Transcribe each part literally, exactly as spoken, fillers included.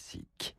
Classique.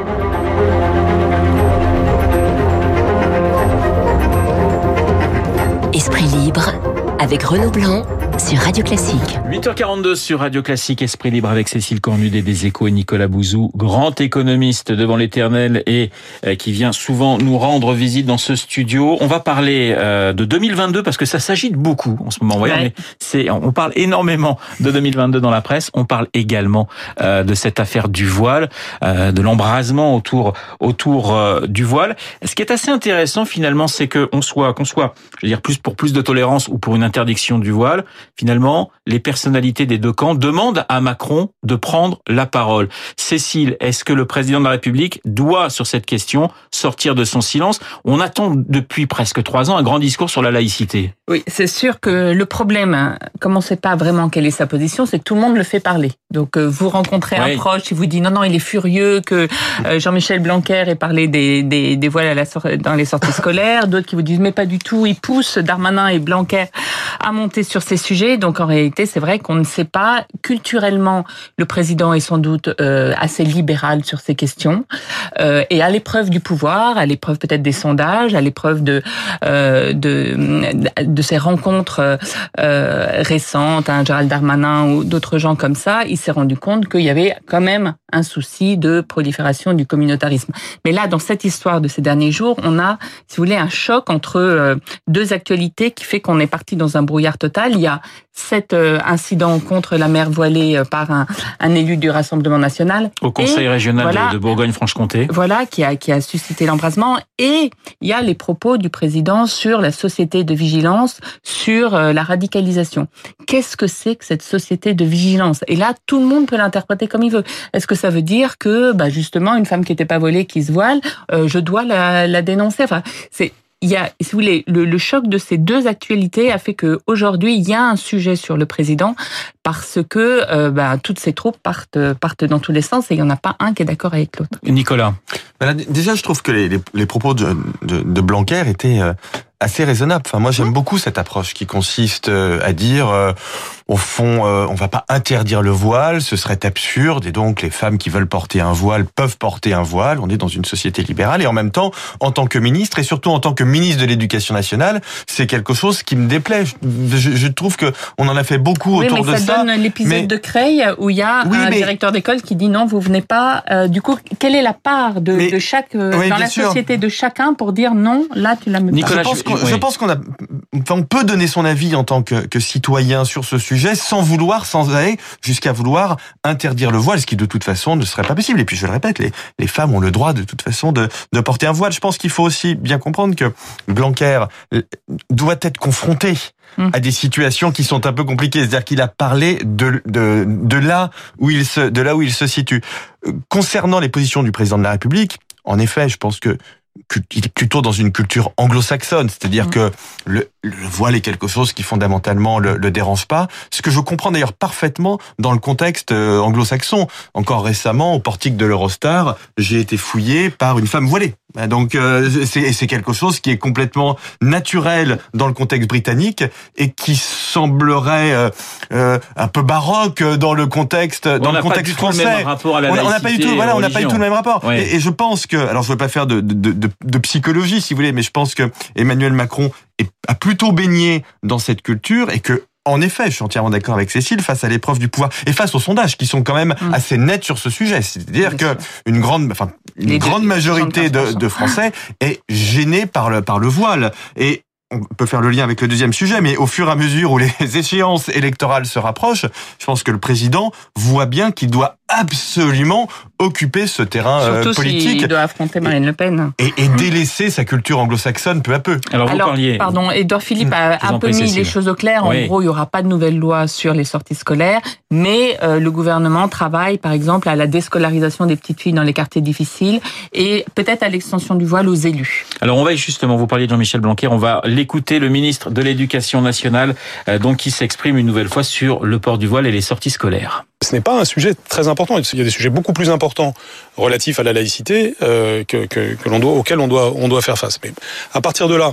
Esprit libre avec Renaud Blanc sur Radio Classique. huit heures quarante-deux sur Radio Classique, Esprit libre avec Cécile Cornudet des Échos et Nicolas Bouzou, grand économiste devant l'éternel et euh, qui vient souvent nous rendre visite dans ce studio. On va parler euh, de deux mille vingt-deux parce que ça s'agite beaucoup en ce moment. Ouais. Voyez, c'est, on parle énormément de deux mille vingt-deux dans la presse. On parle également euh, de cette affaire du voile, euh, de l'embrasement autour autour euh, du voile. Ce qui est assez intéressant finalement, c'est que on soit qu'on soit, je veux dire, plus pour plus de tolérance ou pour une interdiction du voile. Finalement, les personnalités des deux camps demandent à Macron de prendre la parole. Cécile, est-ce que le président de la République doit, sur cette question, sortir de son silence ? On attend depuis presque trois ans un grand discours sur la laïcité. Oui, c'est sûr que le problème, comme on ne sait pas vraiment quelle est sa position, c'est que tout le monde le fait parler. Donc, vous rencontrez oui. un proche, il vous dit non, non, il est furieux que Jean-Michel Blanquer ait parlé des, des, des voiles à la sor- dans les sorties scolaires. D'autres qui vous disent mais pas du tout, il pousse Darmanin et Blanquer à monter sur ces sujets. Donc en réalité, c'est vrai qu'on ne sait pas. Culturellement, le président est sans doute euh, assez libéral sur ces questions. Euh, et à l'épreuve du pouvoir, à l'épreuve peut-être des sondages, à l'épreuve de euh, de, de ces rencontres euh, récentes, hein, Gérald Darmanin ou d'autres gens comme ça, il s'est rendu compte qu'il y avait quand même un souci de prolifération du communautarisme. Mais là, dans cette histoire de ces derniers jours, on a, si vous voulez, un choc entre euh, deux actualités qui fait qu'on est parti dans un brouillard total. Il y a cet euh, incident contre la mère voilée euh, par un, un élu du Rassemblement national. Au Conseil et, régional voilà, de, de Bourgogne-Franche-Comté. Voilà, qui a, qui a suscité l'embrasement. Et il y a les propos du président sur la société de vigilance, sur euh, la radicalisation. Qu'est-ce que c'est que cette société de vigilance ? Et là, tout le monde peut l'interpréter comme il veut. Est-ce que ça veut dire que, bah, justement, une femme qui n'était pas voilée, qui se voile, euh, je dois la, la dénoncer ? Enfin, c'est... Il y a, si vous voulez, le, le choc de ces deux actualités a fait que aujourd'hui il y a un sujet sur le président parce que euh, bah, toutes ces troupes partent partent dans tous les sens et il y en a pas un qui est d'accord avec l'autre. Nicolas. Voilà, déjà, je trouve que les, les, les propos de, de, de Blanquer étaient euh, assez raisonnables. Enfin, moi, j'aime beaucoup cette approche qui consiste euh, à dire, euh, au fond, euh, on va pas interdire le voile, ce serait absurde, et donc les femmes qui veulent porter un voile peuvent porter un voile. On est dans une société libérale, et en même temps, en tant que ministre, et surtout en tant que ministre de l'Éducation nationale, c'est quelque chose qui me déplaît. Je, je, je trouve que on en a fait beaucoup oui, autour de ça. Oui, mais ça donne l'épisode mais... de Creil où il y a oui, un mais... directeur d'école qui dit non, vous venez pas. Euh, du coup, quelle est la part de, mais... de chaque euh, oui, dans la sûr. société de chacun pour dire non, là tu la me Nicolas, je pense qu'on, oui. je pense qu'on a, enfin, on peut donner son avis en tant que, que citoyen sur ce sujet sans vouloir, sans aller jusqu'à vouloir interdire le voile, ce qui de toute façon ne serait pas possible. Et puis je le répète, les, les femmes ont le droit de toute façon de, de porter un voile. Je pense qu'il faut aussi bien comprendre que Blanquer doit être confronté à des situations qui sont un peu compliquées, c'est-à-dire qu'il a parlé de de de là où il se de là où il se situe. Concernant les positions du président de la République, en effet, je pense que il est plutôt dans une culture anglo-saxonne, c'est-à-dire mmh. que le, le voile est quelque chose qui fondamentalement le, le dérange pas. Ce que je comprends d'ailleurs parfaitement dans le contexte anglo-saxon. Encore récemment, au portique de l'Eurostar, j'ai été fouillé par une femme voilée. Donc euh, c'est, c'est quelque chose qui est complètement naturel dans le contexte britannique et qui semblerait euh, euh, un peu baroque dans le contexte dans le contexte français. On n'a pas du tout le même rapport à la laïcité. On n'a pas du tout, voilà, on n'a pas du tout le même rapport. Oui. Et, et je pense que, alors je veux pas faire de, de, de, de psychologie si vous voulez, mais je pense que Emmanuel Macron est, a plutôt baigné dans cette culture et que en effet, je suis entièrement d'accord avec Cécile, face à l'épreuve du pouvoir et face aux sondages qui sont quand même mmh. assez nets sur ce sujet. C'est-à-dire Bien que sûr. une grande, enfin, une Les grande deux, majorité de, de Français est gênée par le, par le voile. Et on peut faire le lien avec le deuxième sujet, mais au fur et à mesure où les échéances électorales se rapprochent, je pense que le président voit bien qu'il doit absolument occuper ce terrain Surtout politique. Il doit affronter Marine Le Pen. Et, et délaisser sa culture anglo-saxonne peu à peu. Alors, vous Alors parliez... pardon, Édouard Philippe a un peu mis Cécile. les choses au clair. En oui. gros, il n'y aura pas de nouvelle loi sur les sorties scolaires, mais euh, le gouvernement travaille, par exemple, à la déscolarisation des petites filles dans les quartiers difficiles et peut-être à l'extension du voile aux élus. Alors, on va justement, vous parliez de Jean-Michel Blanquer, on va l'écouter, le ministre de l'Éducation nationale, euh, donc qui s'exprime une nouvelle fois sur le port du voile et les sorties scolaires. Ce n'est pas un sujet très important. Il y a des sujets beaucoup plus importants relatifs à la laïcité euh, que, que, que l'on doit, auxquels on doit, on doit faire face. Mais à partir de là,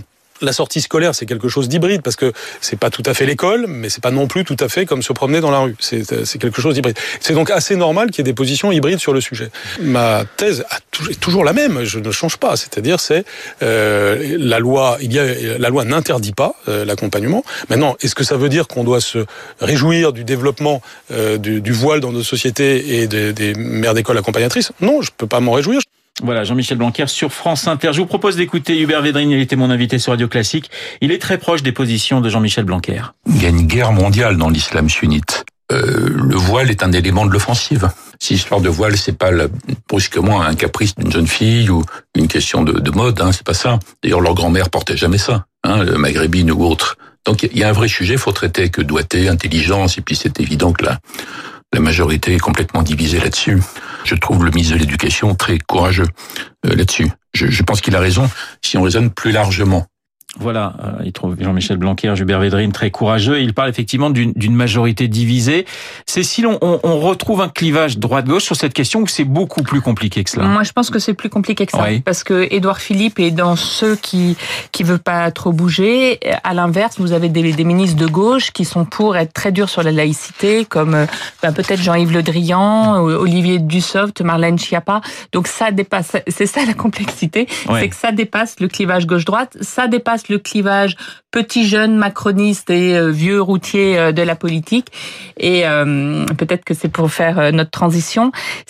la sortie scolaire, c'est quelque chose d'hybride, parce que c'est pas tout à fait l'école, mais c'est pas non plus tout à fait comme se promener dans la rue. C'est, c'est quelque chose d'hybride. C'est donc assez normal qu'il y ait des positions hybrides sur le sujet. Ma thèse est toujours la même, je ne change pas. C'est-à-dire, c'est euh, la loi. Il y a la loi n'interdit pas euh, l'accompagnement. Maintenant, est-ce que ça veut dire qu'on doit se réjouir du développement euh, du, du voile dans nos sociétés et des, des mères d'école accompagnatrices? Non, je peux pas m'en réjouir. Voilà, Jean-Michel Blanquer sur France Inter. Je vous propose d'écouter Hubert Védrine, il était mon invité sur Radio Classique. Il est très proche des positions de Jean-Michel Blanquer. Il y a une guerre mondiale dans l'islam sunnite. Euh, le voile est un élément de l'offensive. Si l'histoire de voile, c'est pas la, brusquement un caprice d'une jeune fille ou une question de, de mode, hein, c'est pas ça. D'ailleurs, leur grand-mère portait jamais ça, hein, maghrébine ou autre. Donc il y a un vrai sujet, il faut traiter avec doigté, intelligence, et puis c'est évident que la, la majorité est complètement divisée là-dessus. Je trouve le ministre de l'Éducation très courageux euh, là-dessus. Je, je pense qu'il a raison si on raisonne plus largement. Voilà, euh, il trouve Jean-Michel Blanquer, Hubert Védrine très courageux. Il parle effectivement d'une, d'une majorité divisée. Cécile, on, on retrouve un clivage droite-gauche sur cette question ou c'est beaucoup plus compliqué que cela? Moi, je pense que c'est plus compliqué que ça. Oui. Parce que Édouard Philippe est dans ceux qui qui veulent pas trop bouger. À l'inverse, vous avez des, des ministres de gauche qui sont pour être très durs sur la laïcité, comme ben, peut-être Jean-Yves Le Drian, Olivier Dussopt, Marlène Schiappa. Donc ça dépasse, c'est ça la complexité, oui. C'est que ça dépasse le clivage gauche-droite, ça dépasse le clivage petit jeune macroniste et euh, vieux routier euh, de la politique. Et euh, peut-être que c'est pour faire euh, notre transition.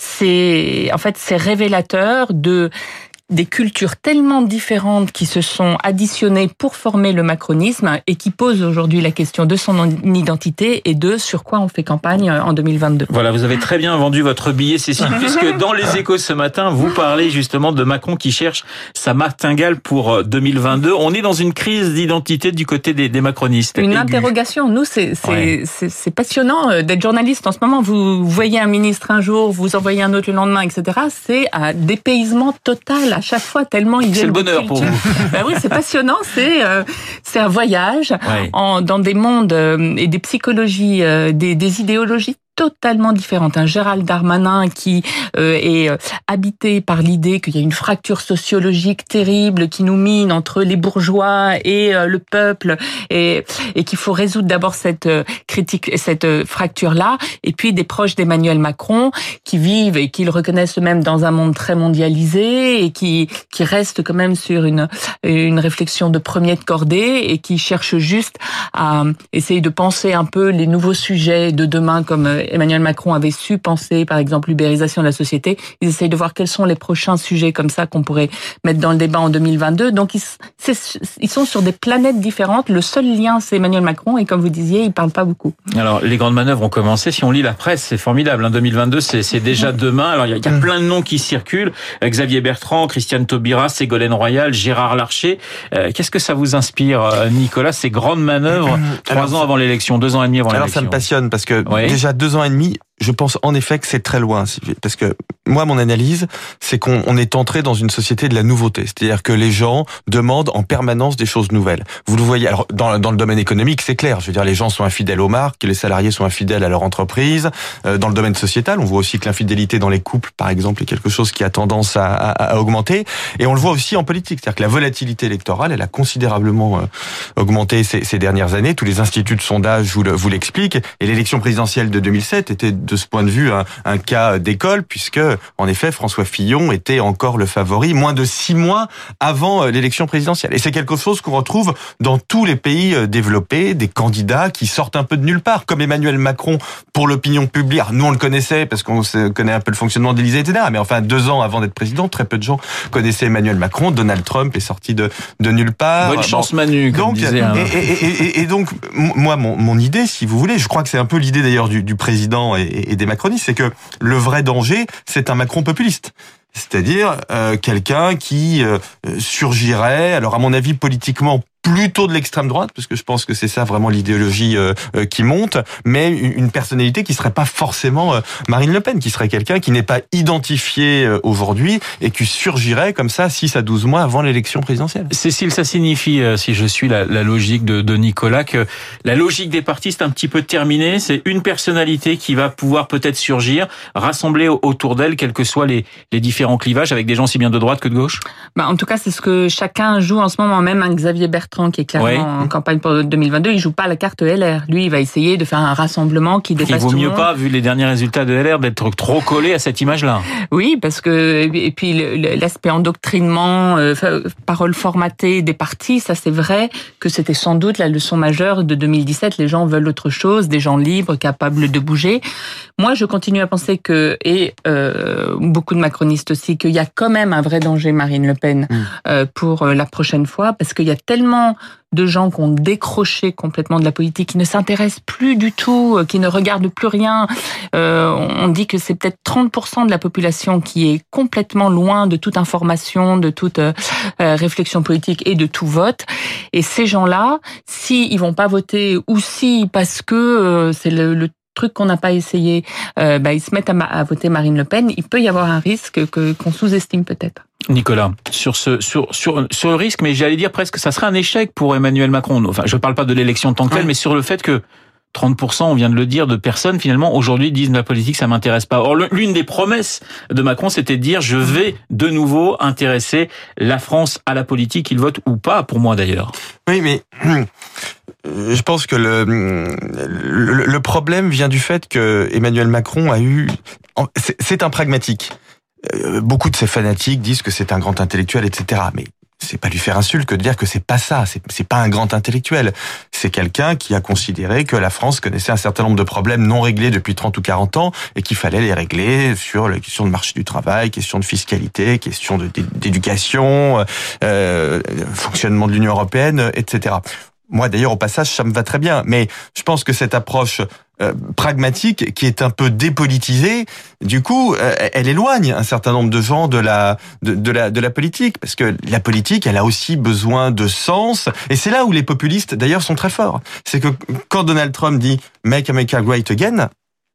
C'est en fait c'est révélateur de des cultures tellement différentes qui se sont additionnées pour former le macronisme et qui posent aujourd'hui la question de son identité et de sur quoi on fait campagne en deux mille vingt-deux. Voilà, vous avez très bien vendu votre billet, Cécile, puisque dans Les Échos ce matin, vous parlez justement de Macron qui cherche sa martingale pour deux mille vingt-deux. On est dans une crise d'identité du côté des, des macronistes. Une Aigu. interrogation. Nous, c'est, c'est, ouais. c'est, c'est passionnant d'être journaliste en ce moment. Vous voyez un ministre un jour, vous envoyez un autre le lendemain, et cetera. C'est un dépaysement total à chaque fois, tellement il C'est le bonheur pour vous. Ben oui, c'est passionnant. C'est euh, c'est un voyage ouais. en, dans des mondes euh, et des psychologies, euh, des, des idéologies totalement différente. Un Gérald Darmanin qui euh, est euh, habité par l'idée qu'il y a une fracture sociologique terrible qui nous mine entre les bourgeois et euh, le peuple et, et qu'il faut résoudre d'abord cette euh, critique, cette euh, fracture-là. Et puis des proches d'Emmanuel Macron qui vivent et qui le reconnaissent eux-mêmes dans un monde très mondialisé et qui qui restent quand même sur une une réflexion de premier de cordée et qui cherchent juste à essayer de penser un peu les nouveaux sujets de demain comme euh, Emmanuel Macron avait su penser, par exemple, l'ubérisation de la société. Ils essayent de voir quels sont les prochains sujets comme ça qu'on pourrait mettre dans le débat en deux mille vingt-deux. Donc, ils, c'est, ils sont sur des planètes différentes. Le seul lien, c'est Emmanuel Macron. Et comme vous disiez, il parle pas beaucoup. Alors, les grandes manœuvres ont commencé. Si on lit la presse, c'est formidable. Hein. deux mille vingt-deux, c'est, c'est déjà demain. Alors, il y a, il y a plein de noms qui circulent. Xavier Bertrand, Christiane Taubira, Ségolène Royal, Gérard Larcher. Euh, qu'est-ce que ça vous inspire, Nicolas, ces grandes manœuvres, trois alors, ans avant l'élection, deux ans et demi avant alors l'élection? Alors, ça me passionne parce que oui. déjà deux ans et demi, je pense en effet que c'est très loin. Parce que moi, mon analyse, c'est qu'on on est entré dans une société de la nouveauté. C'est-à-dire que les gens demandent en permanence des choses nouvelles. Vous le voyez, alors dans, dans le domaine économique, c'est clair. Je veux dire, les gens sont infidèles aux marques, les salariés sont infidèles à leur entreprise. Euh, dans le domaine sociétal, on voit aussi que l'infidélité dans les couples, par exemple, est quelque chose qui a tendance à, à, à augmenter. Et on le voit aussi en politique. C'est-à-dire que la volatilité électorale, elle a considérablement euh, augmenté ces, ces dernières années. Tous les instituts de sondage vous, le, vous l'expliquent. Et l'élection présidentielle de deux mille sept était de ce point de vue un, un cas d'école, puisque en effet François Fillon était encore le favori moins de six mois avant l'élection présidentielle. Et c'est quelque chose qu'on retrouve dans tous les pays développés, des candidats qui sortent un peu de nulle part, comme Emmanuel Macron pour l'opinion publique. Nous on le connaissait parce qu'on connaît un peu le fonctionnement de l'Élysée, et cetera. Mais enfin deux ans avant d'être président, très peu de gens connaissaient Emmanuel Macron. Donald Trump est sorti de, de nulle part. Bonne chance bon. Manu, comme donc, disait. Hein. Et, et, et, et donc moi mon, mon idée, si vous voulez, je crois que c'est un peu l'idée d'ailleurs du, du président et, et des macronistes, c'est que le vrai danger, c'est un Macron populiste. C'est-à-dire euh, quelqu'un qui euh, surgirait, alors à mon avis politiquement plutôt de l'extrême droite, parce que je pense que c'est ça vraiment l'idéologie euh, euh, qui monte, mais une personnalité qui serait pas forcément euh, Marine Le Pen, qui serait quelqu'un qui n'est pas identifié euh, aujourd'hui et qui surgirait comme ça six à douze mois avant l'élection présidentielle. Cécile, ça signifie, euh, si je suis la, la logique de, de Nicolas, que la logique des partis c'est un petit peu terminée, c'est une personnalité qui va pouvoir peut-être surgir, rassembler autour d'elle, quels que soient les, les différents clivages, avec des gens aussi bien de droite que de gauche? Bah, en tout cas, c'est ce que chacun joue en ce moment, même un Xavier Bertrand Bertrand, qui est clairement ouais. en campagne pour deux mille vingt-deux, il joue pas la carte L R. Lui, il va essayer de faire un rassemblement qui dépasse tout le monde. Il vaut mieux pas, vu les derniers résultats de L R, d'être trop collé à cette image-là. Oui, parce que et puis l'aspect endoctrinement, euh, parole formatée des partis, ça c'est vrai que c'était sans doute la leçon majeure de deux mille dix-sept. Les gens veulent autre chose, des gens libres, capables de bouger. Moi, je continue à penser que, et euh, beaucoup de macronistes aussi, qu'il y a quand même un vrai danger, Marine Le Pen, mmh. euh, pour la prochaine fois, parce qu'il y a tellement de gens qui ont décroché complètement de la politique, qui ne s'intéressent plus du tout, qui ne regardent plus rien. Euh, on dit que c'est peut-être trente pour cent de la population qui est complètement loin de toute information, de toute euh, réflexion politique et de tout vote. Et ces gens-là, s'ils ne vont pas voter, ou si parce que euh, c'est le, le truc qu'on n'a pas essayé, euh, bah, ils se mettent à, à voter Marine Le Pen, il peut y avoir un risque que, qu'on sous-estime peut-être. Nicolas, sur ce sur sur sur le risque, mais j'allais dire presque, ça serait un échec pour Emmanuel Macron. Enfin, je ne parle pas de l'élection en tant que telle, ouais. mais sur le fait que trente pour cent, on vient de le dire, de personnes finalement aujourd'hui disent la politique, ça m'intéresse pas. Or, l'une des promesses de Macron, c'était de dire je vais de nouveau intéresser la France à la politique, qu'il vote ou pas, pour moi d'ailleurs. Oui, mais je pense que le, le le problème vient du fait que Emmanuel Macron a eu, c'est, c'est un pragmatique. Beaucoup de ces fanatiques disent que c'est un grand intellectuel, et cetera. Mais c'est pas lui faire insulte que de dire que c'est pas ça. C'est, c'est pas un grand intellectuel. C'est quelqu'un qui a considéré que la France connaissait un certain nombre de problèmes non réglés depuis trente ou quarante ans et qu'il fallait les régler sur les questions de marché du travail, questions de fiscalité, questions de, d'éducation, euh, fonctionnement de l'Union européenne, et cetera. Moi, d'ailleurs, au passage, ça me va très bien. Mais je pense que cette approche euh, pragmatique, qui est un peu dépolitisée, du coup, euh, elle éloigne un certain nombre de gens de la de, de la de la politique, parce que la politique, elle a aussi besoin de sens. Et c'est là où les populistes, d'ailleurs, sont très forts. C'est que quand Donald Trump dit « Make America Great Again »,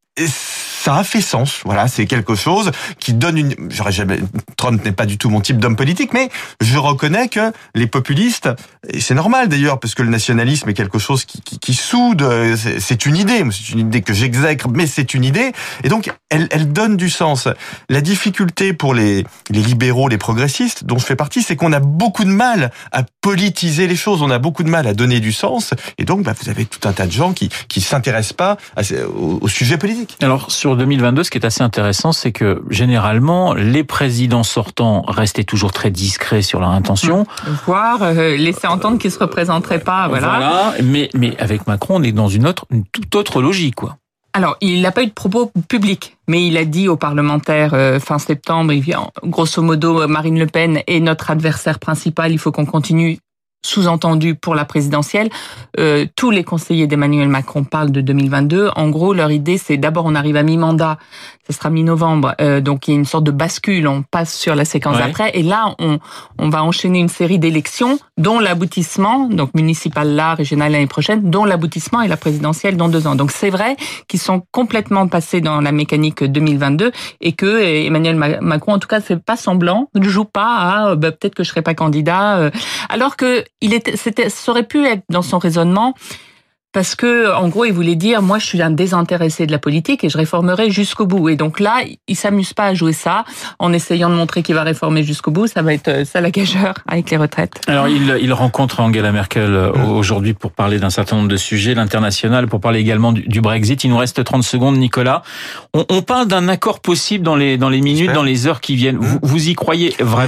ça a fait sens. Voilà, c'est quelque chose qui donne une. J'aurais jamais. Trump n'est pas du tout mon type d'homme politique, mais je reconnais que les populistes, et c'est normal d'ailleurs, parce que le nationalisme est quelque chose qui, qui, qui soude. C'est, c'est une idée, c'est une idée que j'exècre, mais c'est une idée, et donc elle, elle donne du sens. La difficulté pour les les libéraux, les progressistes, dont je fais partie, c'est qu'on a beaucoup de mal à politiser les choses. On a beaucoup de mal à donner du sens, et donc bah, vous avez tout un tas de gens qui qui s'intéressent pas à, au, au sujet politique. Alors sur deux mille vingt-deux, ce qui est assez intéressant, c'est que généralement, les présidents sortants restaient toujours très discrets sur leur intention. Voire euh, laisser entendre qu'ils se représenteraient pas, voilà. Voilà, mais, mais avec Macron, on est dans une autre, une toute autre logique, quoi. Alors, il n'a pas eu de propos publics, mais il a dit aux parlementaires euh, fin septembre, il vient, grosso modo, Marine Le Pen est notre adversaire principal, il faut qu'on continue. Sous-entendu pour la présidentielle, euh, tous les conseillers d'Emmanuel Macron parlent de deux mille vingt-deux. En gros, leur idée, c'est d'abord on arrive à mi-mandat, ça sera mi-novembre, euh, donc il y a une sorte de bascule, on passe sur la séquence ouais. d'après, et là, on, on va enchaîner une série d'élections, dont l'aboutissement, donc municipal là, régional l'année prochaine, dont l'aboutissement est la présidentielle dans deux ans. Donc c'est vrai qu'ils sont complètement passés dans la mécanique deux mille vingt-deux, et que Emmanuel Macron, en tout cas, ne fait pas semblant, ne joue pas à bah, peut-être que je serai pas candidat, euh, alors que il était, c'était, ça aurait pu être dans son raisonnement, parce que, en gros, il voulait dire, moi, je suis un désintéressé de la politique et je réformerai jusqu'au bout. Et donc là, il s'amuse pas à jouer ça, en essayant de montrer qu'il va réformer jusqu'au bout. Ça va être ça la gageure avec les retraites. Alors, il, il rencontre Angela Merkel aujourd'hui pour parler d'un certain nombre de sujets, l'international, pour parler également du, du Brexit. Il nous reste trente secondes, Nicolas. On, on parle d'un accord possible dans les, dans les minutes, J'espère. dans les heures qui viennent. Vous, vous y croyez vraiment ?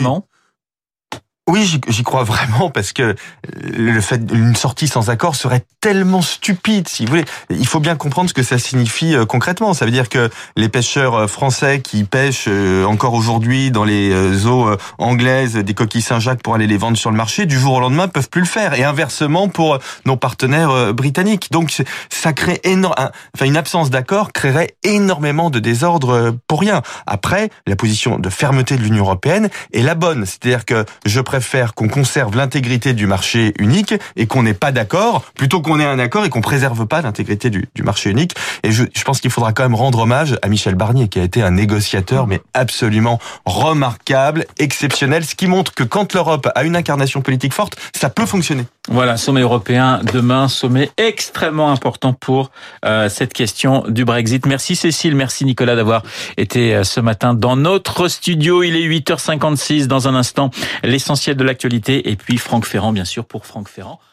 Oui, j'y, j'y crois vraiment, parce que le fait d'une sortie sans accord serait tellement stupide, si vous voulez. Il faut bien comprendre ce que ça signifie concrètement. Ça veut dire que les pêcheurs français qui pêchent encore aujourd'hui dans les eaux anglaises des coquilles Saint-Jacques pour aller les vendre sur le marché, du jour au lendemain peuvent plus le faire. Et inversement pour nos partenaires britanniques. Donc ça crée énorme, enfin une absence d'accord créerait énormément de désordre pour rien. Après, la position de fermeté de l'Union européenne est la bonne. C'est-à-dire que je préfère qu'on conserve l'intégrité du marché unique et qu'on n'ait pas d'accord, plutôt qu'on ait un accord et qu'on préserve pas l'intégrité du, du marché unique. Et je, je pense qu'il faudra quand même rendre hommage à Michel Barnier, qui a été un négociateur, mais absolument remarquable, exceptionnel, ce qui montre que quand l'Europe a une incarnation politique forte, ça peut fonctionner. Voilà, sommet européen demain, sommet extrêmement important pour euh, cette question du Brexit. Merci Cécile, merci Nicolas d'avoir été euh, ce matin dans notre studio. Il est huit heures cinquante-six, dans un instant, l'essentiel de l'actualité et puis Franck Ferrand, bien sûr, pour Franck Ferrand.